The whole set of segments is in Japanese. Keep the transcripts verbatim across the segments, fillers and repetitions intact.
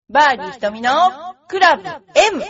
バーディー瞳のクラブ M。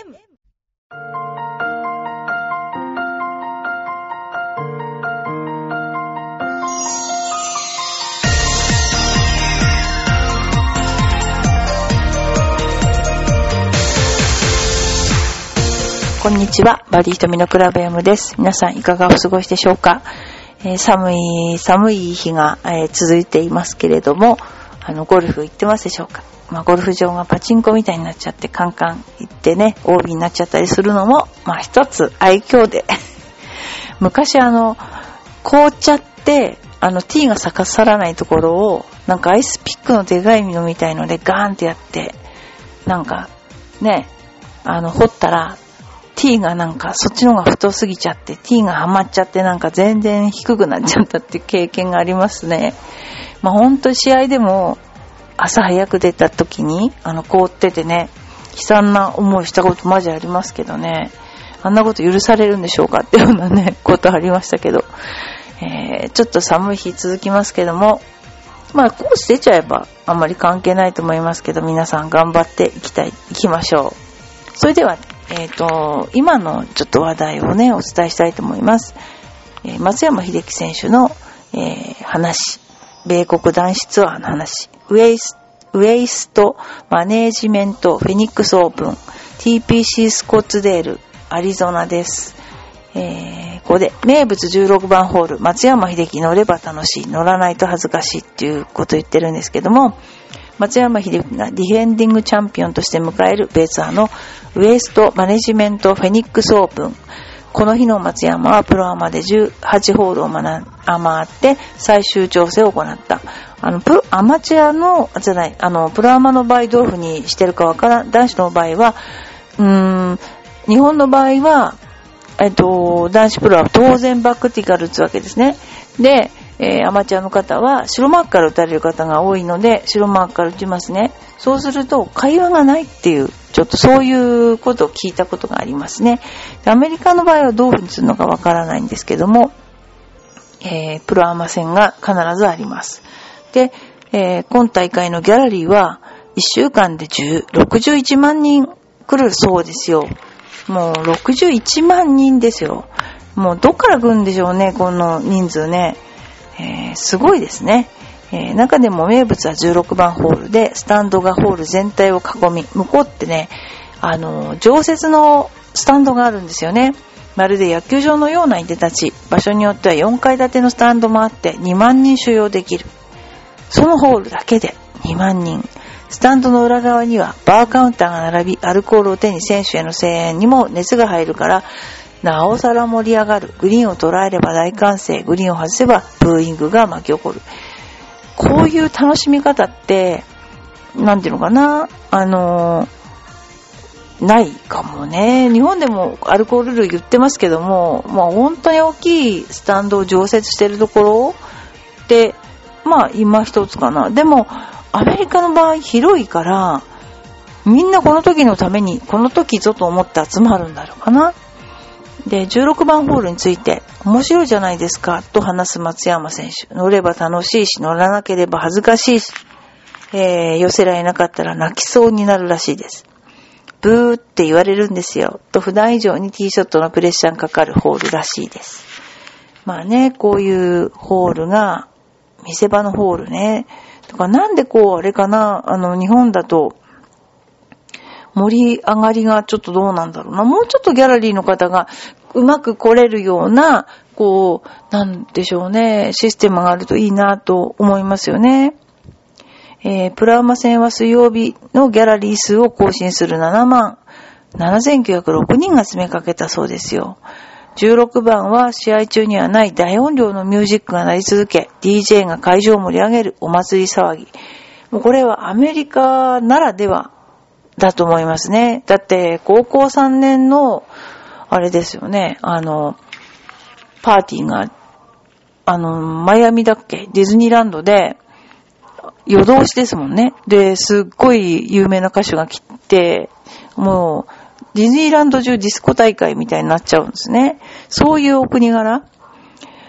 こんにちは、バーディー瞳のクラブ M です。皆さんいかがお過ごしでしょうか。えー、寒い寒い日が、えー、続いていますけれども、あのゴルフ行ってますでしょうか。まあ、ゴルフ場がパチンコみたいになっちゃってカンカン行ってね オービー になっちゃったりするのもまあ一つ愛嬌で昔あの凍っちゃってあのティーが逆さらないところをなんかアイスピックのでかいのみたいのでガーンってやってなんかねあの掘ったらティーがなんかそっちの方が太すぎちゃってティーがはまっちゃってなんか全然低くなっちゃったっていう経験がありますね。まあ本当試合でも朝早く出た時にあの凍っててね悲惨な思いしたことマジありますけどね。あんなこと許されるんでしょうかっていうようなねことありましたけど、えー、ちょっと寒い日続きますけどもまあコース出ちゃえばあんまり関係ないと思いますけど皆さん頑張っていきたいいきましょう。それではえっと今のちょっと話題をねお伝えしたいと思います。えー、松山英樹選手の、えー、話米国男子ツアーの話ウェイス、ウェイストマネージメントフェニックスオープン ティーピーシー スコッツデールアリゾナです。えー、ここで名物じゅうろくばんホール松山英樹乗れば楽しい乗らないと恥ずかしいっていうことを言ってるんですけども松山英樹がディフェンディングチャンピオンとして迎える米ツアーのウェイストマネジメントフェニックスオープン。この日の松山はプロアマでじゅうはちホールを回って最終調整を行った。あのプロアマチュアのじゃないあのプロアマの場合どういう風にしてるかわからん。男子の場合はうーん日本の場合はえっと男子プロは当然バックティカル打つわけですね。で、えー、アマチュアの方は白マークから打たれる方が多いので白マークから打ちますね。そうすると会話がないっていうちょっとそういうことを聞いたことがありますね。アメリカの場合はどういう風にするのかわからないんですけども、えー、プロアマ戦が必ずあります。で、えー、今大会のギャラリーはいっしゅうかんでろくじゅういちまんにん来るそうですよ。もうろくじゅういちまんにんですよ。もうどっから来るんでしょうねこの人数ね。えー、すごいですね。えー、中でも名物はじゅうろくばんホールでスタンドがホール全体を囲み向こうってねあの常設のスタンドがあるんですよね。まるで野球場のようないでたち場所によってはよんかい建てのスタンドもあってにまんにん収容できる。そのホールだけでにまんにん。スタンドの裏側にはバーカウンターが並びアルコールを手に選手への声援にも熱が入るからなおさら盛り上がる。グリーンを捉えれば大歓声グリーンを外せばブーイングが巻き起こる。こういう楽しみ方ってなんていうのかなあのないかもね。日本でもアルコール類言ってますけどもまあ本当に大きいスタンドを常設してるところでまあ今一つかな。でもアメリカの場合広いからみんなこの時のためにこの時ぞと思って集まるんだろうかな。でじゅうろくばんホールについて面白いじゃないですかと話す松山選手。乗れば楽しいし乗らなければ恥ずかしいし、えー、寄せられなかったら泣きそうになるらしいです。ブーって言われるんですよと普段以上にティーショットのプレッシャーがかかるホールらしいです。まあねこういうホールが見せ場のホールねとかなんでこうあれかなあの日本だと盛り上がりがちょっとどうなんだろうな。もうちょっとギャラリーの方がうまく来れるようなこうなんでしょうねシステムがあるといいなと思いますよね。えー、プロアマ戦は水曜日のギャラリー数を更新するななまんななせんきゅうひゃくろくにんが詰めかけたそうですよ。じゅうろくばんは試合中にはない大音量のミュージックが鳴り続け ディージェー が会場を盛り上げるお祭り騒ぎ。もうこれはアメリカならではだと思いますね。だって高校さんねんのあれですよねあのパーティーがあのマイアミだっけディズニーランドで夜通しですもんね。ですっごい有名な歌手が来てもうディズニーランド中ディスコ大会みたいになっちゃうんですね。そういうお国柄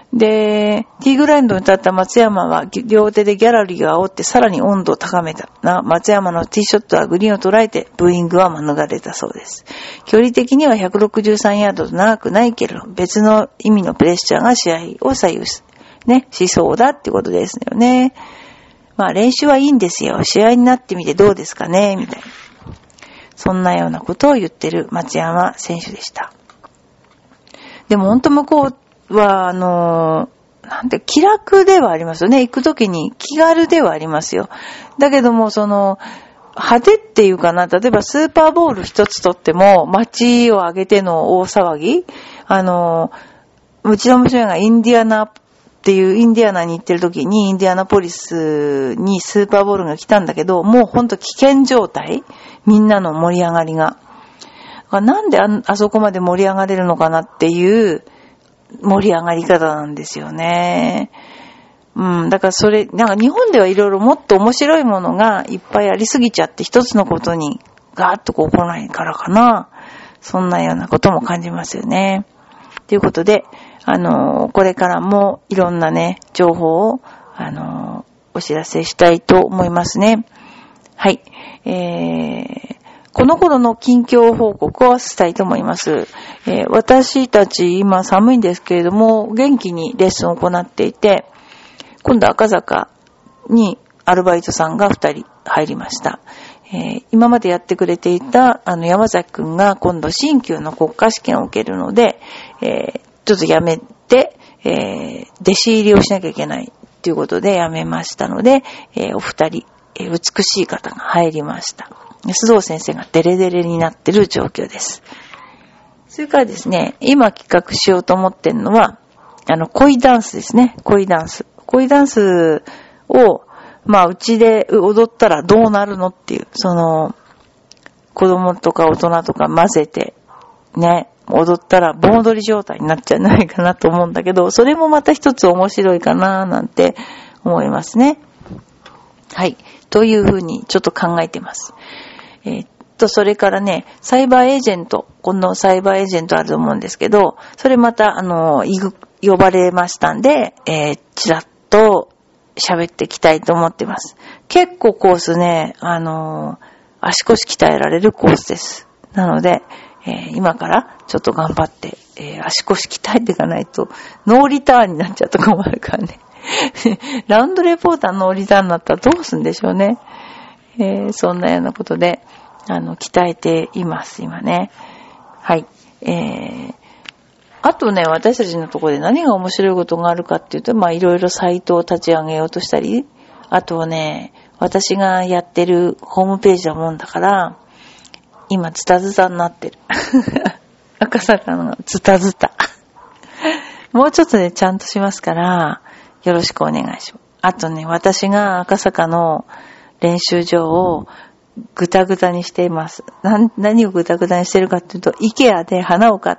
で、ティーグラウンドに立った松山は両手でギャラリーを煽ってさらに温度を高めた。な、松山のティーショットはグリーンを捉えてブーイングは免れたそうです。距離的にはひゃくろくじゅうさんヤードと長くないけれど、別の意味のプレッシャーが試合を左右す、ね、しそうだってことですよね。まあ練習はいいんですよ。試合になってみてどうですかねみたいな。そんなようなことを言ってる松山選手でした。でも本当向こうは、あのー、なんて、気楽ではありますよね。行くときに気軽ではありますよ。だけども、その、派手っていうかな、例えばスーパーボール一つとっても、街を挙げての大騒ぎ、あのー、うちの娘がインディアナっていう、インディアナに行ってるときに、インディアナポリスにスーパーボールが来たんだけど、もうほんと危険状態、みんなの盛り上がりが。なんで あ, あそこまで盛り上がれるのかなっていう盛り上がり方なんですよね。うん、だからそれ、なんか日本ではいろいろもっと面白いものがいっぱいありすぎちゃって一つのことにガーッとこう来ないからかな。そんなようなことも感じますよね。ということで、あの、これからもいろんなね、情報を、あの、お知らせしたいと思いますね。はい。えーこの頃の近況報告をしたいと思います。えー、私たち今寒いんですけれども、元気にレッスンを行っていて、今度赤坂にアルバイトさんがふたり入りました。えー、今までやってくれていたあの山崎くんが今度新旧の国家試験を受けるので、えー、ちょっとやめて、えー、弟子入りをしなきゃいけないということでやめましたので、えー、お二人、えー、美しい方が入りました。須藤先生がデレデレになっている状況です。それからですね、今企画しようと思ってるのは、あの、恋ダンスですね。恋ダンス。恋ダンスを、まあ、うちで踊ったらどうなるのっていう、その、子供とか大人とか混ぜて、ね、踊ったら盆踊り状態になっちゃうんじゃないかなと思うんだけど、それもまた一つ面白いかななんて思いますね。はい。というふうにちょっと考えてます。えー、っと、それからね、サイバーエージェント、このサイバーエージェントあると思うんですけど、それまた、あの、呼ばれましたんで、えー、ちらっと喋っていきたいと思ってます。結構コースね、あの、足腰鍛えられるコースです。なので、えー、今からちょっと頑張って、えー、足腰鍛えていかないと、ノーリターンになっちゃうと困るからね。ラウンドレポーターノーリターンになったらどうするんでしょうね。えー、そんなようなことで、あの、鍛えています、今ね。はい。えー、あとね、私たちのところで何が面白いことがあるかっていうと、まあ、いろいろサイトを立ち上げようとしたり、あとね、私がやってるホームページだもんだから、今、ズタズタになってる。赤坂のズタズタ。もうちょっとでちゃんとしますから、よろしくお願いします。あとね、私が赤坂の練習場をぐたぐたにしています。何、何をぐたぐたにしてるかっていうと、イケアで花を買って、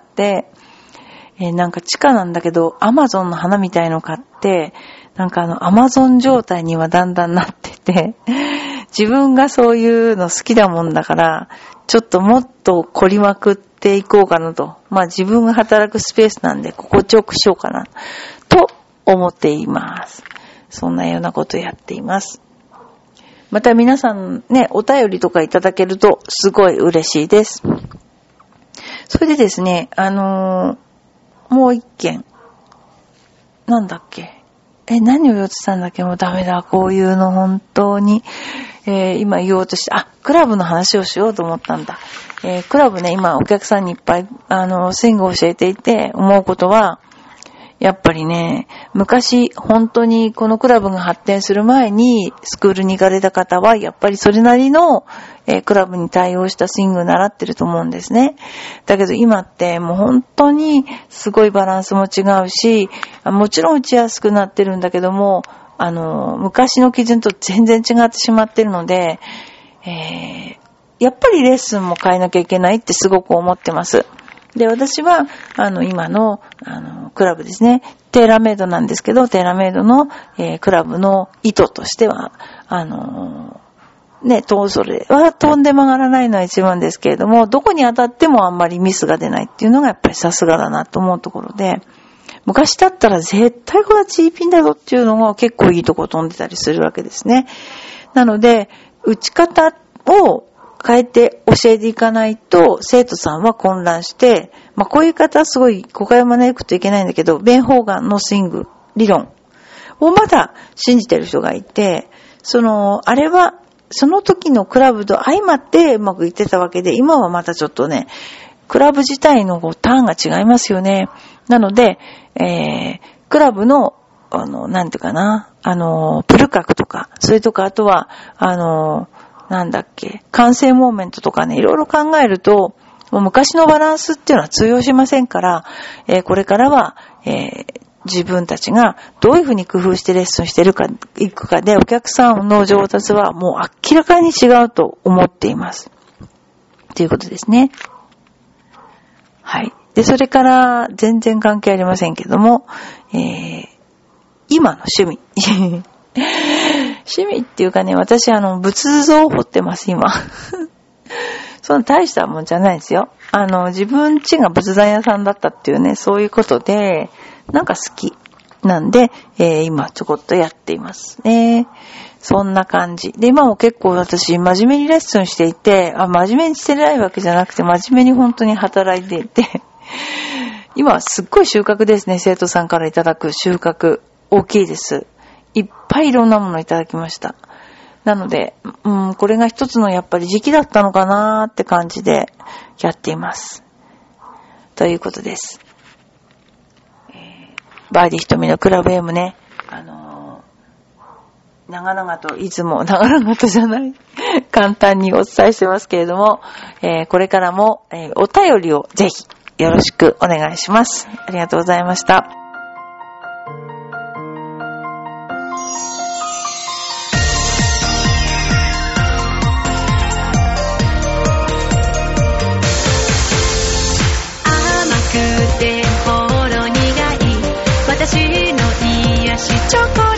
えー、なんか地下なんだけど、アマゾンの花みたいの買って、なんかあの、アマゾン状態にはだんだんなってて、自分がそういうの好きだもんだから、ちょっともっと凝りまくっていこうかなと。まあ自分が働くスペースなんで、心地よくしようかな、と思っています。そんなようなことをやっています。また皆さんね、お便りとかいただけるとすごい嬉しいです。それでですね、あのー、もう一件。なんだっけ。え、何を言おうとしたんだっけ。もうダメだ。こういうの本当に。えー、今言おうとして、あ、クラブの話をしようと思ったんだ。えー、クラブね、今お客さんにいっぱい、あの、スイングを教えていて思うことは、やっぱりね、昔本当にこのクラブが発展する前にスクールに行かれた方はやっぱりそれなりの、えー、クラブに対応したスイングを習ってると思うんですね。だけど今ってもう本当にすごいバランスも違うし、もちろん打ちやすくなってるんだけども、あの昔の基準と全然違ってしまってるので、えー、やっぱりレッスンも変えなきゃいけないってすごく思ってます。で、私は、あの、今の、あの、クラブですね。テーラーメイドなんですけど、テーラーメイドの、えー、クラブの意図としては、あのー、ね、と、それは飛んで曲がらないのは一番ですけれども、どこに当たってもあんまりミスが出ないっていうのがやっぱりさすがだなと思うところで、 昔だったら絶対これは G ピンだぞっていうのが結構いいとこ飛んでたりするわけですね。なので、打ち方を変えて教えていかないと生徒さんは混乱して、まあこういう方はすごい誤解を招くといけないんだけど、ベン・ホーガンのスイング理論をまだ信じてる人がいて、その、あれはその時のクラブと相まってうまくいってたわけで、今はまたちょっとね、クラブ自体のターンが違いますよね。なので、えー、クラブの、あの、なんていうかな、あの、プル角とか、それとか、あとは、あの、なんだっけ、完成モーメントとかね、いろいろ考えると、もう昔のバランスっていうのは通用しませんから、えー、これからは、えー、自分たちがどういうふうに工夫してレッスンしてるか、いくかで、お客さんの上達はもう明らかに違うと思っています。ということですね。はい。で、それから全然関係ありませんけども、えー、今の趣味。趣味っていうかね、私あの、仏像を彫ってます、今。その大したもんじゃないですよ。あの、自分家が仏壇屋さんだったっていうね、そういうことで、なんか好きなんで、えー、今ちょこっとやっていますね。そんな感じ。で、今も結構私、真面目にレッスンしていて、あ、真面目にしてないわけじゃなくて、真面目に本当に働いていて、今はすっごい収穫ですね。生徒さんからいただく収穫。大きいです。いっぱいいろんなものいただきました。なので、うん、これが一つのやっぱり時期だったのかなーって感じでやっています。ということです。えー、バーディー瞳のクラブ M ね、あのー、長々といつも長々とじゃない簡単にお伝えしてますけれども、えー、これからも、えー、お便りをぜひよろしくお願いします。ありがとうございました。 私の癒しチョコ